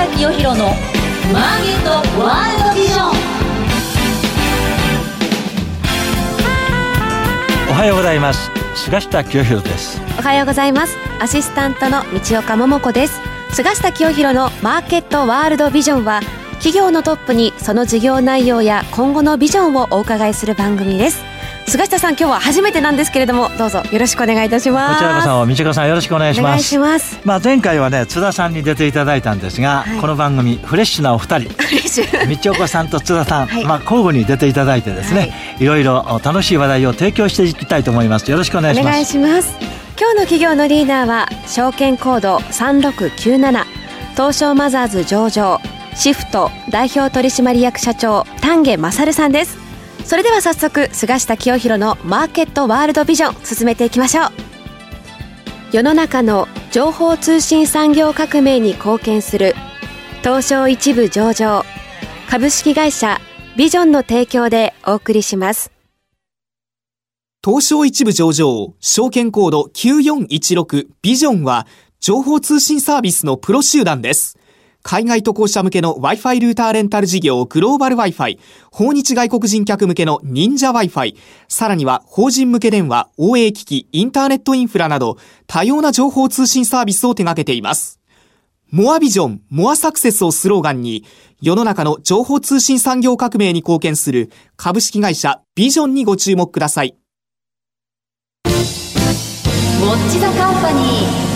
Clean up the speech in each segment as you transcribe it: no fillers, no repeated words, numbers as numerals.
下清弘のマーケットワールドビジョン。 おはようございます。菅下清弘です。 おはようございます。アシスタントの道岡桃子です。菅下清弘のマーケットワールドビジョンは、企業のトップにその事業内容や今後のビジョンをお伺いする番組です。菅下さん、今日は初めてなんですけれども、どうぞよろしくお願いいたします。 こちらこそ道岡さん、よろしくお願いします。 お願いします。 前回はね、津田さんに出ていただいたんですが、この番組フレッシュなお二人、道岡さんと津田さん、交互に出ていただいてですね、いろいろ楽しい話題を提供していきたいと思います。よろしくお願いします。 お願いします。今日の企業のリーダーは証券コード3697、東証マザーズ上場シフト代表取締役社長丹下勝さんです。それでは早速、菅下清弘のマーケットワールドビジョン進めていきましょう。世の中の情報通信産業革命に貢献する東証一部上場株式会社ビジョンの提供でお送りします。 東証一部上場証券コード9416ビジョンは、情報通信サービスのプロ集団です。海外渡航者向けの Wi-Fi ルーターレンタル事業グローバル Wi-Fi、訪日外国人客向けの忍者 Wi-Fi、さらには法人向け電話、OA 機器、インターネットインフラなど多様な情報通信サービスを手掛けています。モアビジョン、モアサクセスをスローガンに、世の中の情報通信産業革命に貢献する株式会社ビジョンにご注目ください。 ウォッチザカンパニー。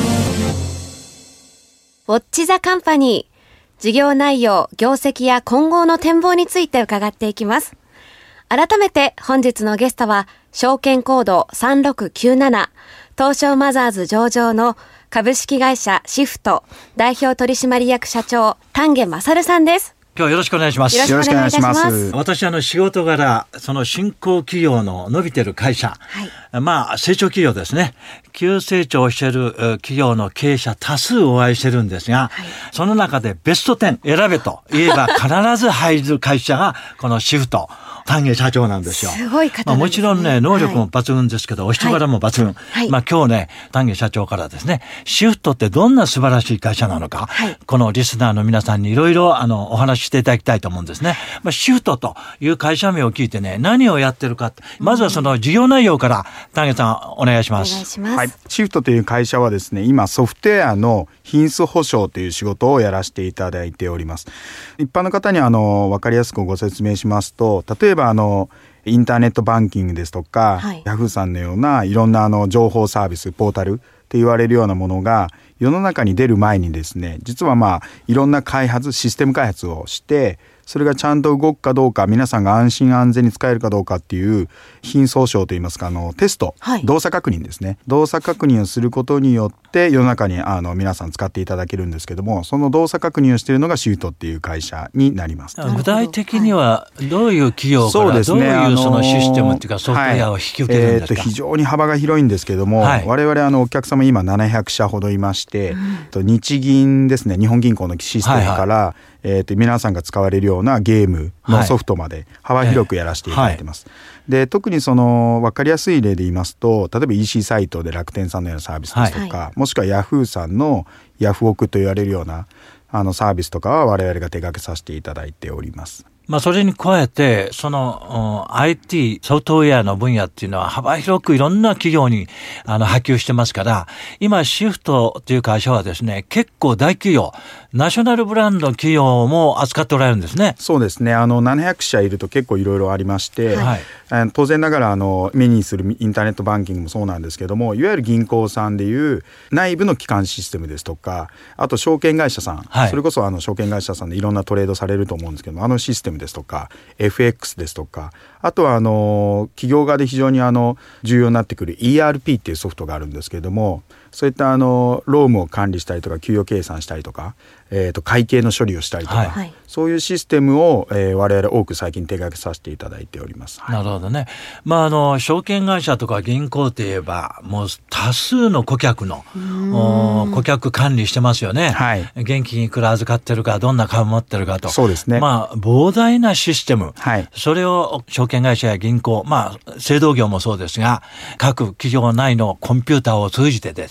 ウォッチザカンパニー。事業内容、業績や今後の展望について伺っていきます。改めて本日のゲストは、証券コード3697、東証マザーズ上場の株式会社シフト代表取締役社長丹下勝さんです。 今日はよろしくお願いします。 よろしくお願いします。 私仕事柄、その新興企業の伸びてる会社、成長企業ですね、急成長している企業の経営者多数お会いしてるんですが、その中でベスト10選べと言えば必ず入る会社がこのシフト丹下社長なんですよ。 すごい方なんですね。 もちろんね、能力も抜群ですけど、お人柄も抜群。今日ね、丹下社長からですね、シフトってどんな素晴らしい会社なのか、このリスナーの皆さんにいろいろお話ししていただきたいと思うんですね。シフトという会社名を聞いてね、何をやってるか、まずはその事業内容から丹下さんお願いします。 お願いします。 シフトという会社はですね、今ソフトウェアの品質保証という仕事をやらせていただいております。一般の方に分かりやすくご説明しますと、例えばインターネットバンキングですとか、ヤフーさんのようないろんな情報サービス、ポータルって言われるようなものが世の中に出る前にですね、実はいろんなシステム開発をして、それがちゃんと動くかどうか、皆さんが安心安全に使えるかどうかっていう品質保証といいますか、テスト、動作確認ですね。動作確認をすることによって世の中に皆さん使っていただけるんですけども、その動作確認をしているのがシフトっていう会社になります。 具体的にはどういう企業からどういうそのシステムっていうかソフトウェアを引き受けるんですか？ 非常に幅が広いんですけども、我々お客様今700社ほどいまして、日銀ですね、日本銀行のシステムから、皆さんが使われるようなゲームのソフトまで幅広くやらせていただいてます。で、特に分かりやすい例で言いますと、例えば EC サイトで楽天さんのようなサービスですとか、もしくはヤフーさんのヤフオクと言われるようなサービスとかは我々が手掛けさせていただいております。 それに加えて、その IT ソフトウェアの分野っていうのは幅広くいろんな企業に波及してますから、今シフトという会社はですね、結構大企業、ナショナルブランド企業も扱っておられるんですね。 そうですね。700社いると結構いろいろありまして、当然ながら目にするインターネットバンキングもそうなんですけども、いわゆる銀行さんでいう内部の基幹システムですとか、あと証券会社さん、それこそ証券会社さんでいろんなトレードされると思うんですけども、システムですとか FX ですとか、あとは企業側で非常に重要になってくる ERP っていうソフトがあるんですけれども、そういった労務を管理したりとか、給与計算したりとか、会計の処理をしたりとか、そういうシステムを、我々多く最近手掛けさせていただいております。 なるほどね。証券会社とか銀行といえばもう多数の顧客の顧客管理してますよね。現金いくら預かってるか、どんな株持ってるかと。 そうですね。 膨大なシステム、それを証券会社や銀行、製造業もそうですが、各企業内のコンピューターを通じてですね、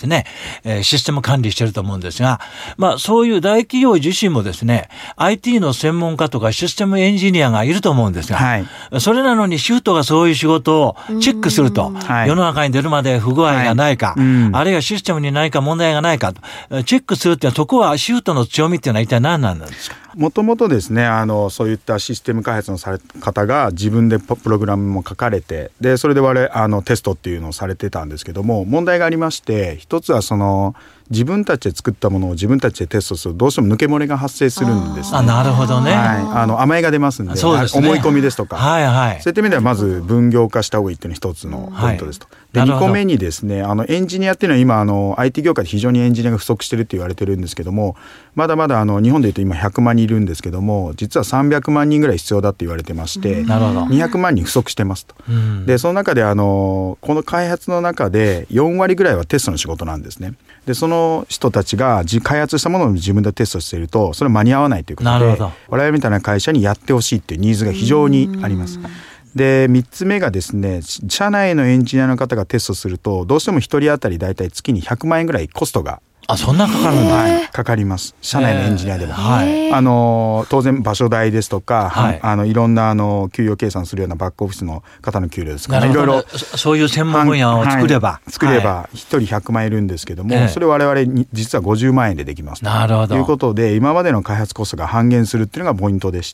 ね、システム管理してると思うんですが、そういう大企業自身もですね、IT の専門家とかシステムエンジニアがいると思うんですが、それなのにシフトがそういう仕事をチェックすると、世の中に出るまで不具合がないか、あるいはシステムに何か問題がないかと、チェックするっていうのは、そこはシフトの強みっていうのは一体何なんですか？ もともとですね、そういったシステム開発のされ方が自分でプログラムも書かれて、でそれでテストっていうのをされてたんですけども、問題がありまして、一つは自分たちで作ったものを自分たちでテストするとどうしても抜け漏れが発生するんですね。 なるほどね。 甘えが出ますんで、 そうですね、 思い込みですとか、 そういった意味ではまず分業化した方がいいっていうのが一つのポイントですと。で2個目にですね、エンジニアっていうのは今IT 業界で非常にエンジニアが不足してるって言われてるんですけども、まだまだ日本でいうと今100万人いるんですけども、実は300万人ぐらい必要だって言われてまして、200万人不足してますと。でその中でこの開発の中で4割ぐらいはテストの仕事なんですね。でその人たちが開発したものを自分でテストしていると、それは間に合わないということで、我々みたいな会社にやってほしいっていうニーズが非常にあります。で3つ目がですね、社内のエンジニアの方がテストすると、どうしても1人当たりだいたい月に100万円ぐらいコストがそんなかかるんだ。 かかります。社内のエンジニアでも、当然場所代ですとか、いろんな給与計算するようなバックオフィスの方の給料ですから、いろいろそういう専門分野を作れば、 1人100万円いるんですけども、それ我々に実は50万円でできますということで、今までの開発コストが半減するっていうのがポイントでして、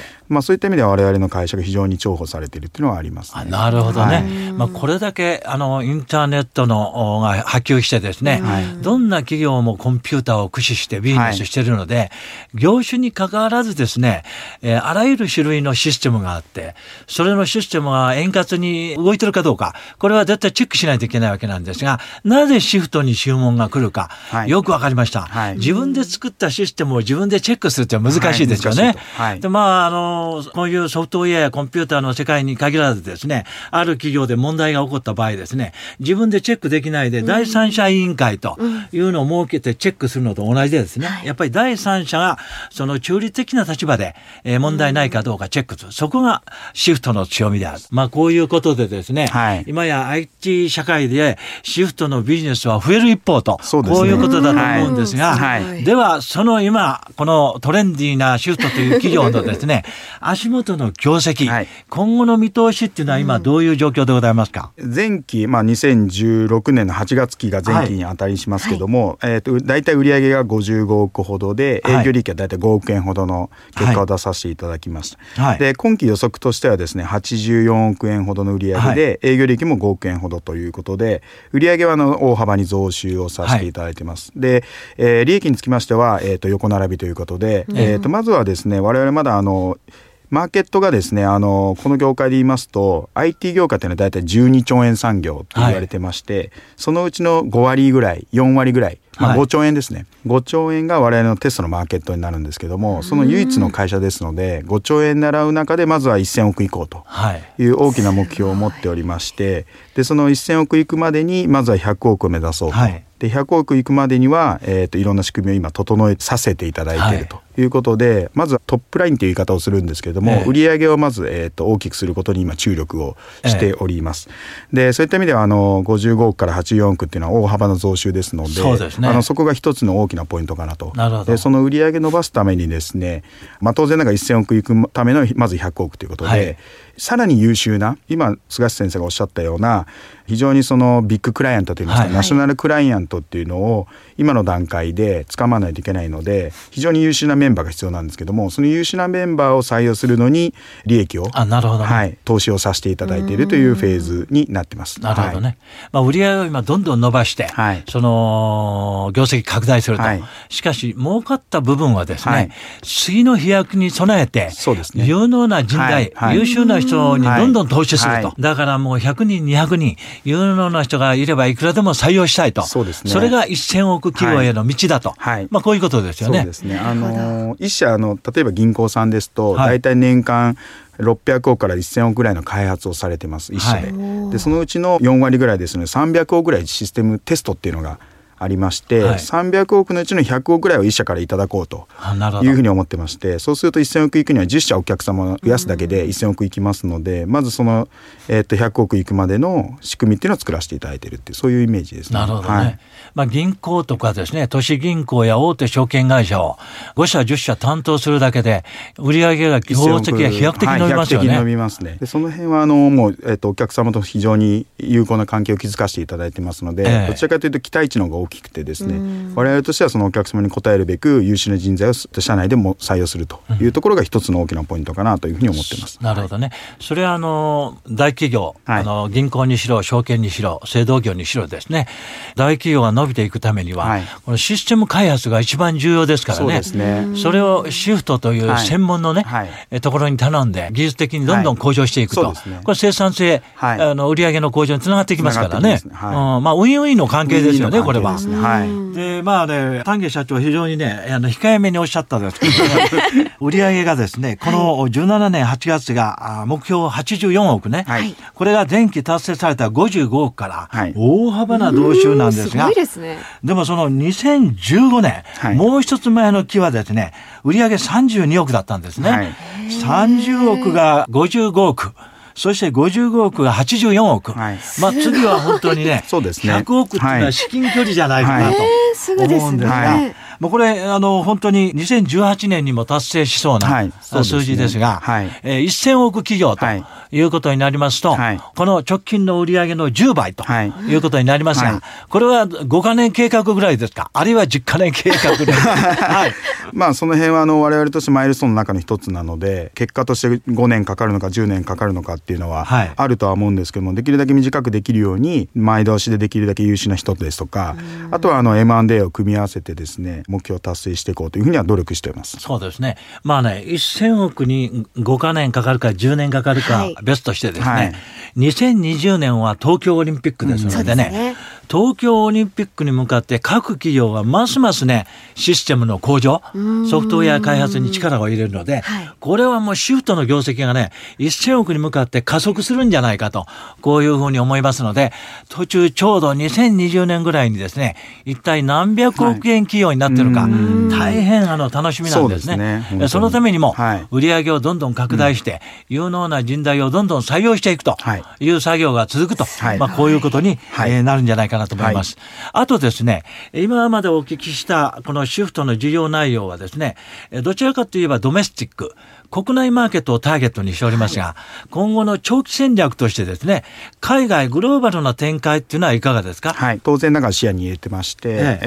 そういった意味では我々の会社が非常に重宝されているっていうのはありますね。 なるほどね。これだけインターネットのが波及してですね、どんな企業もコンピューターを駆使してビジネスしているので、業種に関わらずですね、あらゆる種類のシステムがあって、それのシステムが円滑に動いてるかどうか、これは絶対チェックしないといけないわけなんですが、なぜシフトに注文が来るか、よくわかりました。自分で作ったシステムを自分でチェックするって難しいですよね。でこういうソフトウェアやコンピューターの世界に限らずですね、ある企業で問題が起こった場合ですね、自分でチェックできないで第三者委員会というのを設けてチェックするのと同じでですね、やっぱり第三者がその中立的な立場で問題ないかどうかチェックする、そこがシフトの強みである。こういうことでですね、今や IT 社会でシフトのビジネスは増える一方と、こういうことだと思うんですが、ではその今このトレンディーなシフトという企業のですね足元の業績、今後の見通しっていうのは今どういう状況でございますか？ 前期、2016年の8月期が前期に当たりしますけども、だいたい売上が55億ほどで、営業利益はだいたい5億円ほどの結果を出させていただきました。で今期予測としてはですね、84億円ほどの売上で、営業利益も5億円ほどということで、売上は大幅に増収をさせていただいています。で、利益につきましては、横並びということで、まずはですね、我々まだマーケットがですね、この業界で言いますと IT 業界というのはだいたい12兆円産業と言われてまして、そのうちの5割ぐらい4割ぐらい、5兆円ですね、5兆円が我々のテストのマーケットになるんですけども、その唯一の会社ですので、5兆円狙う中でまずは1000億いこうという大きな目標を持っておりまして、でその1000億いくまでにまずは100億を目指そうと。で100億いくまでには、いろんな仕組みを今整えさせていただいているということで、まずはトップラインという言い方をするんですけれども、売上をまず、大きくすることに今注力をしております。でそういった意味では55億から84億っていうのは大幅な増収ですので、そこが一つの大きなポイントかなと。でその売上伸ばすためにですね、当然1000億いくためのまず100億ということで、さらに優秀な、今菅先生がおっしゃったような非常にそのビッグクライアントといいますか、ナショナルクライアントっていうのを今の段階で掴まないといけないので、非常に優秀なメンバーが必要なんですけども、その優秀なメンバーを採用するのに利益を投資をさせていただいているというフェーズになってます。 なるほどね。売上を今どんどん伸ばして、その業績拡大すると、しかし儲かった部分はですね、次の飛躍に備えて、有能な人材、優秀な人にどんどん投資すると、だからもう100人200人有能な人がいればいくらでも採用したいと、それが1000億企業への道だと、こういうことですよね。 そうですね。一社例えば銀行さんですと、大体年間600億から1000億ぐらいの開発をされてます、一社で。でそのうちの4割ぐらいですね、300億ぐらいシステムテストっていうのがありまして、300億のうちの100億ぐらいを1社からいただこうというふうに思ってまして、そうすると1000億いくには10社お客様を増やすだけで1000億いきますので、まずその、100億いくまでの仕組みっていうのを作らせていただいているっていう、そういうイメージですね。 なるほどね。銀行とかですね、都市銀行や大手証券会社を5社10社担当するだけで売上が業績が飛躍的に伸びますよね。 飛躍的に伸びますね。でその辺はもう、お客様と非常に有効な関係を築かせていただいてますので、どちらかというと期待値の方が大きくてですね、我々としてはそのお客様に応えるべく優秀な人材を社内でも採用するというところが一つの大きなポイントかなというふうに思っています。 なるほどね。それは大企業、銀行にしろ証券にしろ製造業にしろですね、大企業が伸びていくためには、このシステム開発が一番重要ですからね。そうですね。それをシフトという専門のね、ところに頼んで技術的にどんどん向上していくと、これ生産性、売上の向上につながっていきますからね。ウィンウィンの関係ですよね、これは。で丹下社長非常にね控えめにおっしゃったんですけど売上がですね、この17年8月が目標84億ね、これが前期達成された55億から大幅な増収なんですが、でもその2015年、もう一つ前の期はですね、売上32億だったんですね。30億が55億、そして55億が84億、次は本当にね100億っていうのは至近距離じゃないかなと思うんですが、もうこれ本当に2018年にも達成しそうな数字ですが、1000億企業ということになりますと、この直近の売上の10倍ということになりますが、これは5カ年計画ぐらいですか、あるいは10カ年計画でその辺は我々としてマイルストーンの中の一つなので、結果として5年かかるのか10年かかるのかっていうのはあるとは思うんですけども、できるだけ短くできるように前倒しでできるだけ優秀な人ですとか、あとはM&A を組み合わせてですね、目標を達成していこうというふうには努力しています。 そうですね。1000億に5カ年かかるか10年かかるか別としてですね、2020年は東京オリンピックですのでね、東京オリンピックに向かって各企業はますますねシステムの向上、ソフトウェア開発に力を入れるので、これはもうシフトの業績がね1000億に向かって加速するんじゃないかと、こういうふうに思いますので、途中ちょうど2020年ぐらいにですね、一体何百億円企業になってるか、大変楽しみなんですね。そのためにも売上をどんどん拡大して、有能な人材をどんどん採用していくという作業が続くと、こういうことになるんじゃないかなと思います。あとですね、今までお聞きしたこのシフトの事業内容はですね、どちらかといえばドメスティック、国内マーケットをターゲットにしておりますが、今後の長期戦略としてですね、海外グローバルな展開っていうのはいかがですか？ 当然ながら視野に入れてまして、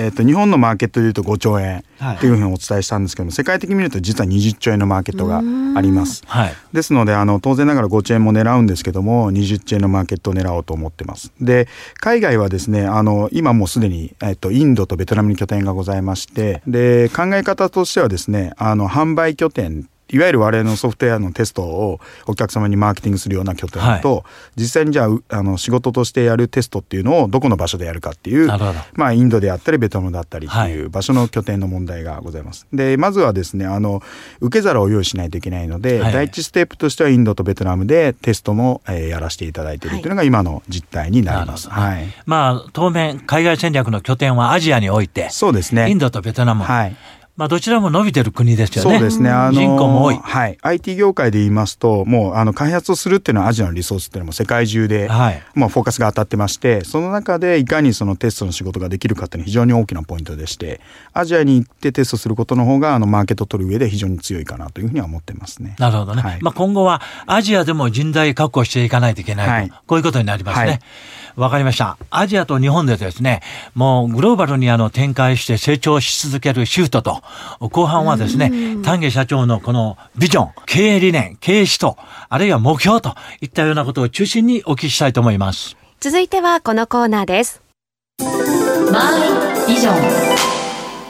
日本のマーケットでいうと5兆円というふうにお伝えしたんですけども、世界的に見ると実は20兆円のマーケットがあります。ですので当然ながら5兆円も狙うんですけども、20兆円のマーケットを狙おうと思ってます。で、海外はですね、今もうすでに、インドとベトナムに拠点がございまして、で考え方としてはですね、販売拠点、いわゆる我々のソフトウェアのテストをお客様にマーケティングするような拠点と、実際にじゃあ仕事としてやるテストっていうのをどこの場所でやるかっていう、インドであったりベトナムだったりっていう場所の拠点の問題がございます。で、まずはですね、受け皿を用意しないといけないので、第一ステップとしてはインドとベトナムでテストもやらせていただいているというのが今の実態になります。 当面海外戦略の拠点はアジアにおいて、そうですね、インドとベトナム、どちらも伸びてる国ですよね。そうですね。人口も多い。 IT 業界で言いますと、もう開発をするっていうのはアジアのリソースっていうのも世界中で、フォーカスが当たってまして、その中でいかにそのテストの仕事ができるかっていうのは非常に大きなポイントでして、アジアに行ってテストすることの方がマーケットを取る上で非常に強いかなというふうには思ってますね。 なるほどね。今後はアジアでも人材確保していかないといけないと、こういうことになりますね。わかりました。アジアと日本でですね、もうグローバルに展開して成長し続けるシフトと、後半はですね、丹下社長のこのビジョン、経営理念、経営指導、あるいは目標といったようなことを中心にお聞きしたいと思います。 続いてはこのコーナーです。 マイビジョン。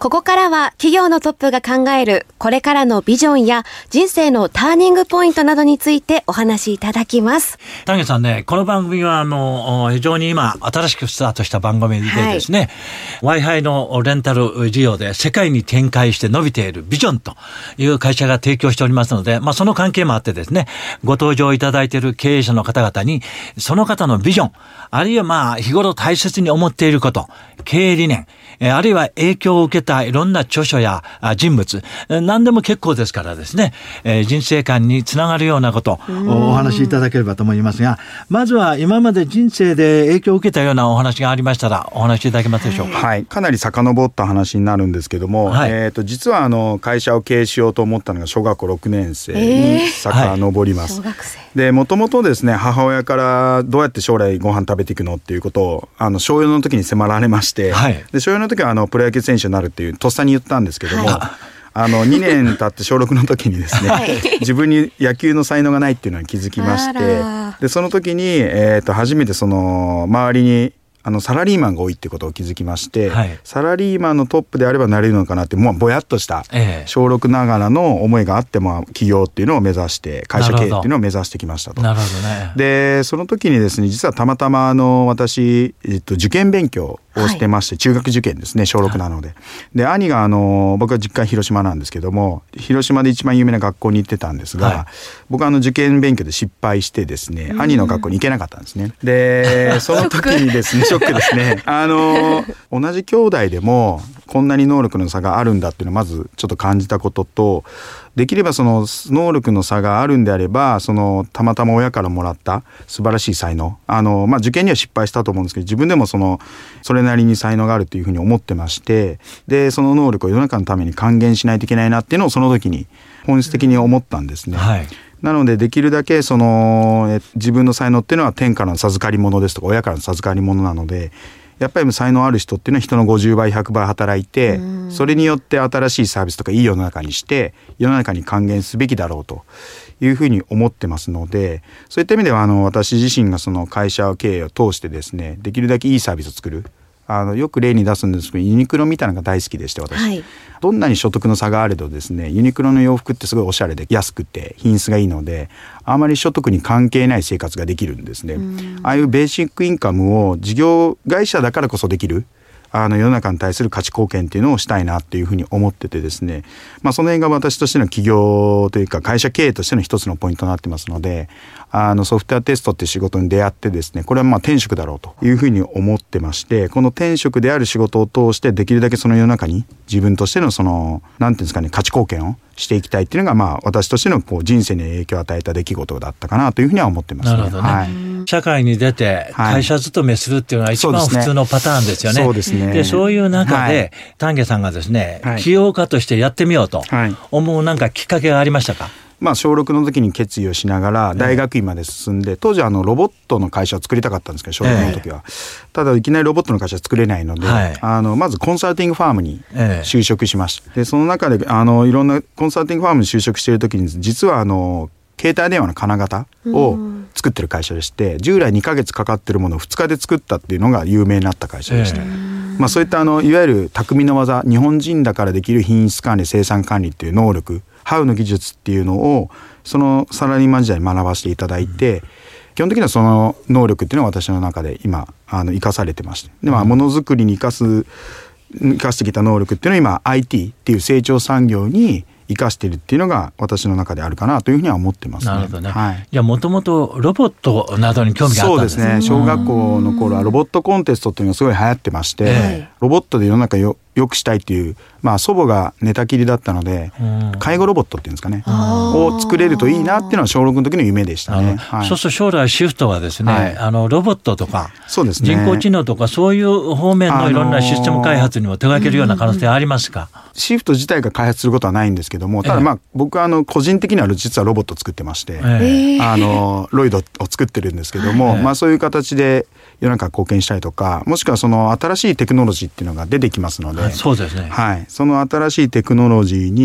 ここからは企業のトップが考えるこれからのビジョンや人生のターニングポイントなどについてお話しいただきます。 丹下さんね、この番組は非常に今新しくスタートした番組でですね、Wi-Fi のレンタル事業で世界に展開して伸びているビジョンという会社が提供しておりますので、その関係もあってですね、ご登場いただいている経営者の方々にその方のビジョン、あるいは日頃大切に思っていること、経営理念、あるいは影響を受けたいろんな著書や人物、何でも結構ですからですね、人生観につながるようなことをお話しいただければと思いますが、まずは今まで人生で影響を受けたようなお話がありましたらお話しいただけますでしょうか。 はい、かなり遡った話になるんですけども、実は会社を経営しようと思ったのが小学校6年生に遡ります。で、もともとですね、母親からどうやって将来ご飯食べていくのっていうことを小4の時に迫られまして、で小4の時はプロ野球選手になるっていうとっさに言ったんですけども、2年経って小6の時にですね、自分に野球の才能がないっていうのに気づきまして、でその時に、初めて周りにサラリーマンが多いってことを気づきまして、サラリーマンのトップであればなれるのかなって、ぼやっとした小6ながらの思いがあって、企業っていうのを目指して、会社経営っていうのを目指してきましたと。 なるほどね。でその時にですね、実はたまたま私、受験勉強をしてまして、中学受験ですね、小6なので。で兄が僕は実家広島なんですけども、広島で一番有名な学校に行ってたんですが、僕は受験勉強で失敗してですね、兄の学校に行けなかったんですね。でその時にですねショックですね。同じ兄弟でもこんなに能力の差があるんだっていうのをまずちょっと感じたことと、できればその能力の差があるんであれば、たまたま親からもらった素晴らしい才能、受験には失敗したと思うんですけど、自分でもそれなりに才能があるというふうに思ってまして、でその能力を世の中のために還元しないといけないなっていうのをその時に本質的に思ったんですね。なのでできるだけ自分の才能っていうのは天からの授かり物ですとか、親からの授かり物なので、やっぱり才能ある人っていうのは人の50倍100倍働いて、それによって新しいサービスとかいい世の中にして世の中に還元すべきだろうというふうに思ってますので、そういった意味では私自身が会社経営を通してですね、できるだけいいサービスを作る。よく例に出すんですけど、ユニクロみたいなのが大好きでして、私、どんなに所得の差があれどですね、ユニクロの洋服ってすごいおしゃれで安くて品質がいいので、あまり所得に関係ない生活ができるんですね。ああいうベーシックインカムを事業会社だからこそできる、世の中に対する価値貢献っていうのをしたいなっていうふうに思っててですね、その辺が私としての企業というか会社経営としての一つのポイントになってますので、ソフトウェアテストっていう仕事に出会ってですね、これは転職だろうというふうに思ってまして、この転職である仕事を通してできるだけその世の中に自分としてのなんていうんですかね、価値貢献をしていきたいっていうのが、私としての人生に影響を与えた出来事だったかなというふうには思ってますね。 なるほどね。社会に出て会社勤めするっていうのは一番普通のパターンですよね。 そうですね。 でそういう中で丹下さんがですね、起業家としてやってみようと思うきっかけがありましたか？ 小6の時に決意をしながら大学院まで進んで、当時ロボットの会社を作りたかったんですけど、小6の時は、ただいきなりロボットの会社は作れないので、まずコンサルティングファームに就職しました。でその中でいろんなコンサルティングファームに就職している時に、実は携帯電話の金型を作ってる会社でして、従来2ヶ月かかってるものを2日で作ったっていうのが有名になった会社でした。そういったいわゆる匠の技、日本人だからできる品質管理、生産管理っていう能力、ハウの技術っていうのをそのサラリーマン時代に学ばせていただいて、基本的にはその能力っていうのは私の中で今生かされてまして、でものづくりに生かしてきた能力っていうのは今 IT っていう成長産業に生かしているっていうのが私の中であるかなというふうには思ってますね。 なるほどね。じゃあもともとロボットなどに興味があったんですね。 そうですね。小学校の頃はロボットコンテストっていうのがすごい流行ってまして、ロボットで世の中良くしたいっていう、祖母が寝たきりだったので、介護ロボットっていうんですかね、を作れるといいなっていうのは小6の時の夢でしたね。 そうすると将来シフトはですね、ロボットとか、 そうですね、 人工知能とかそういう方面のいろんなシステム開発にも手掛けるような可能性ありますか？ シフト自体が開発することはないんですけども、ただ僕は個人的には実はロボットを作ってまして、ロイドを作ってるんですけども、そういう形で世の中貢献したりとか、もしくは新しいテクノロジーっていうのが出てきますので、 そうですね。 その新しいテクノロジーに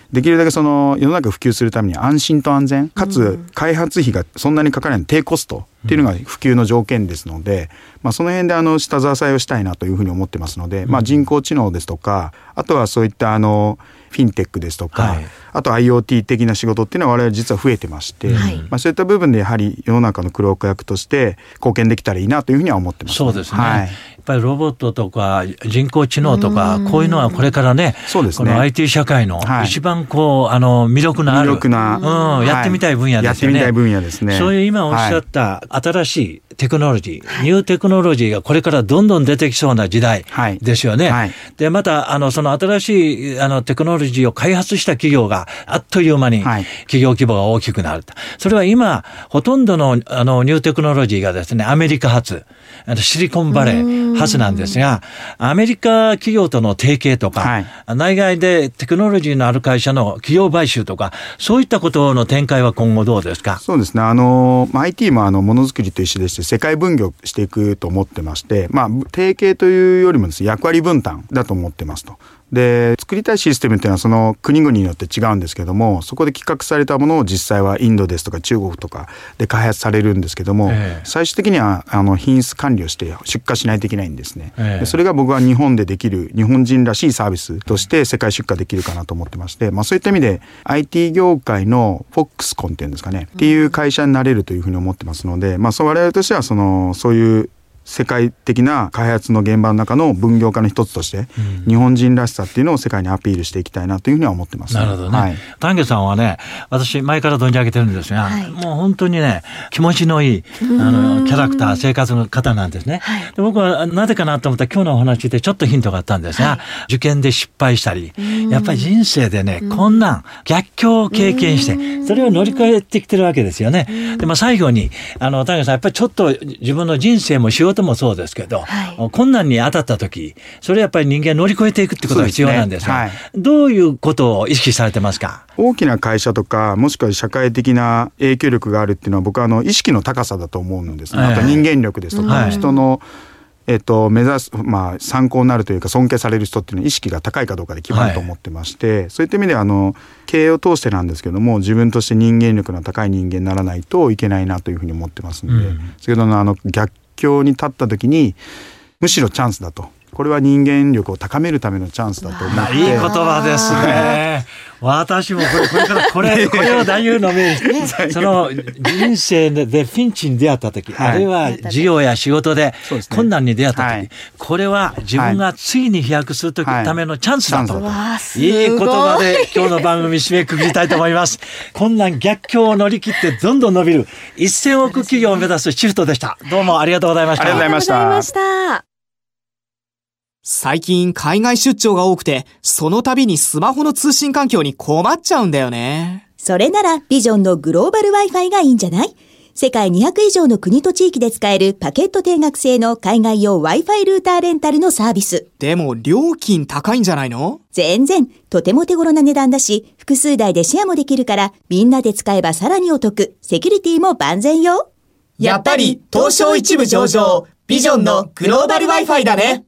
できるだけその世の中普及するために安心と安全かつ開発費がそんなにかからない低コストっていうのが普及の条件ですので、その辺で下支えをしたいなというふうに思ってますので、人工知能ですとか、あとはそういったフィンテックですとか、あと IoT 的な仕事っていうのは我々実は増えてまして、そういった部分でやはり世の中の黒子役として貢献できたらいいなというふうには思ってます、 そうですね、やっぱりロボットとか人工知能とかこういうのはこれからね、この IT 社会の一番魅力のあるやってみたい分野ですよね。 やってみたい分野ですね。 そういう今おっしゃった新しいテクノロジー、ニューテクノロジーがこれからどんどん出てきそうな時代ですよね。でまたその新しいテクノロジーを開発した企業があっという間に企業規模が大きくなると。それは今ほとんどのニューテクノロジーがですね、アメリカ発、シリコンバレー発なんですが、アメリカ企業との提携とか、内外でテクノロジーのある会社の企業買収とか、そういったことの展開は今後どうですか？ そうですね、IT もものづくりと一緒でして世界分業していくと思ってまして、提携というよりもですね、役割分担だと思ってますと。で作りたいシステムっていうのはその国々によって違うんですけども、そこで企画されたものを実際はインドですとか中国とかで開発されるんですけども、最終的には品質管理をして出荷しないといけないんですね。でそれが僕は日本でできる日本人らしいサービスとして世界出荷できるかなと思ってまして、そういった意味で IT 業界のフォックスコンっていうんですかね、っていう会社になれるというふうに思ってますので、我々としてはそういう世界的な開発の現場の中の分業化の一つとして、日本人らしさっていうのを世界にアピールしていきたいなというふうには思ってます、 なるほどね。丹下さんはね、私前から存じ上げてるんですが、もう本当にね、気持ちのいいキャラクター、生活の方なんですね。で僕はなぜかなと思ったら今日のお話でちょっとヒントがあったんですが、受験で失敗したり、やっぱり人生でね、こんなん逆境を経験してそれを乗り越えてきてるわけですよね。で最後に丹下さんやっぱりちょっと自分の人生も仕事もそうですけど、困難に当たった時、それやっぱり人間乗り越えていくってことが必要なんですが、どういうことを意識されてますか？ 大きな会社とかもしくは社会的な影響力があるっていうのは僕は意識の高さだと思うんですね。あと人間力ですとか、人の目指す、参考になるというか尊敬される人っていうのは意識が高いかどうかで決まると思ってまして、そういった意味で経営を通してなんですけども、自分として人間力の高い人間にならないといけないなというふうに思ってますので、先ほどの逆境に立った時にむしろチャンスだと、これは人間力を高めるためのチャンスだと思って。 いい言葉ですね。私もこれからこれを大優の目にその人生でピンチに出会った時、あるいは事業や仕事で困難に出会った時、これは自分がついに飛躍するためのチャンスだと、いい言葉で今日の番組締めくくりたいと思います。困難逆境を乗り切ってどんどん伸びる1000億企業を目指すシフトでした。どうもありがとうございました。 ありがとうございました。 最近海外出張が多くて、その度にスマホの通信環境に困っちゃうんだよね。 それならビジョンのグローバル Wi-Fi がいいんじゃない？世界200以上の国と地域で使えるパケット定額制の海外用 Wi-Fi ルーターレンタルのサービス。 でも料金高いんじゃないの？ 全然、とても手頃な値段だし、複数台でシェアもできるから、みんなで使えばさらにお得。セキュリティも万全よ。 やっぱり東証一部上場、ビジョンのグローバル Wi-Fi だね。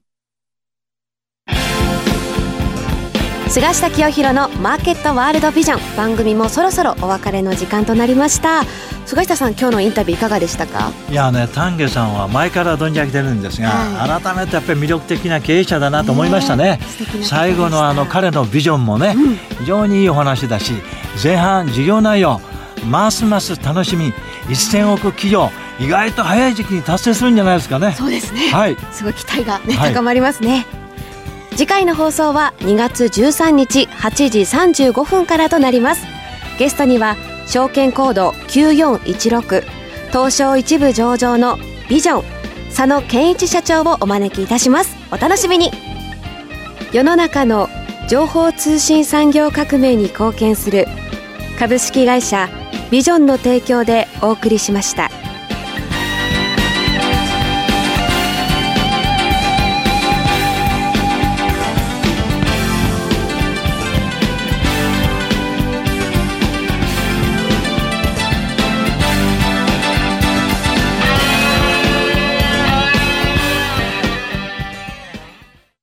菅下清弘のマーケットワールドビジョン、番組もそろそろお別れの時間となりました。菅下さん、今日のインタビューいかがでしたか？ いやね、丹下さんは前から存じ上げてるんですが、改めてやっぱり魅力的な経営者だなと思いましたね。最後の彼のビジョンもね、非常にいいお話だし、前半事業内容ますます楽しみ、1000億企業意外と早い時期に達成するんじゃないですかね。 そうですね、すごい期待が、高まりますね。次回の放送は2月13日8時35分からとなります。ゲストには証券コード9416東証一部上場のビジョン佐野健一社長をお招きいたします。お楽しみに。世の中の情報通信産業革命に貢献する株式会社ビジョンの提供でお送りしました。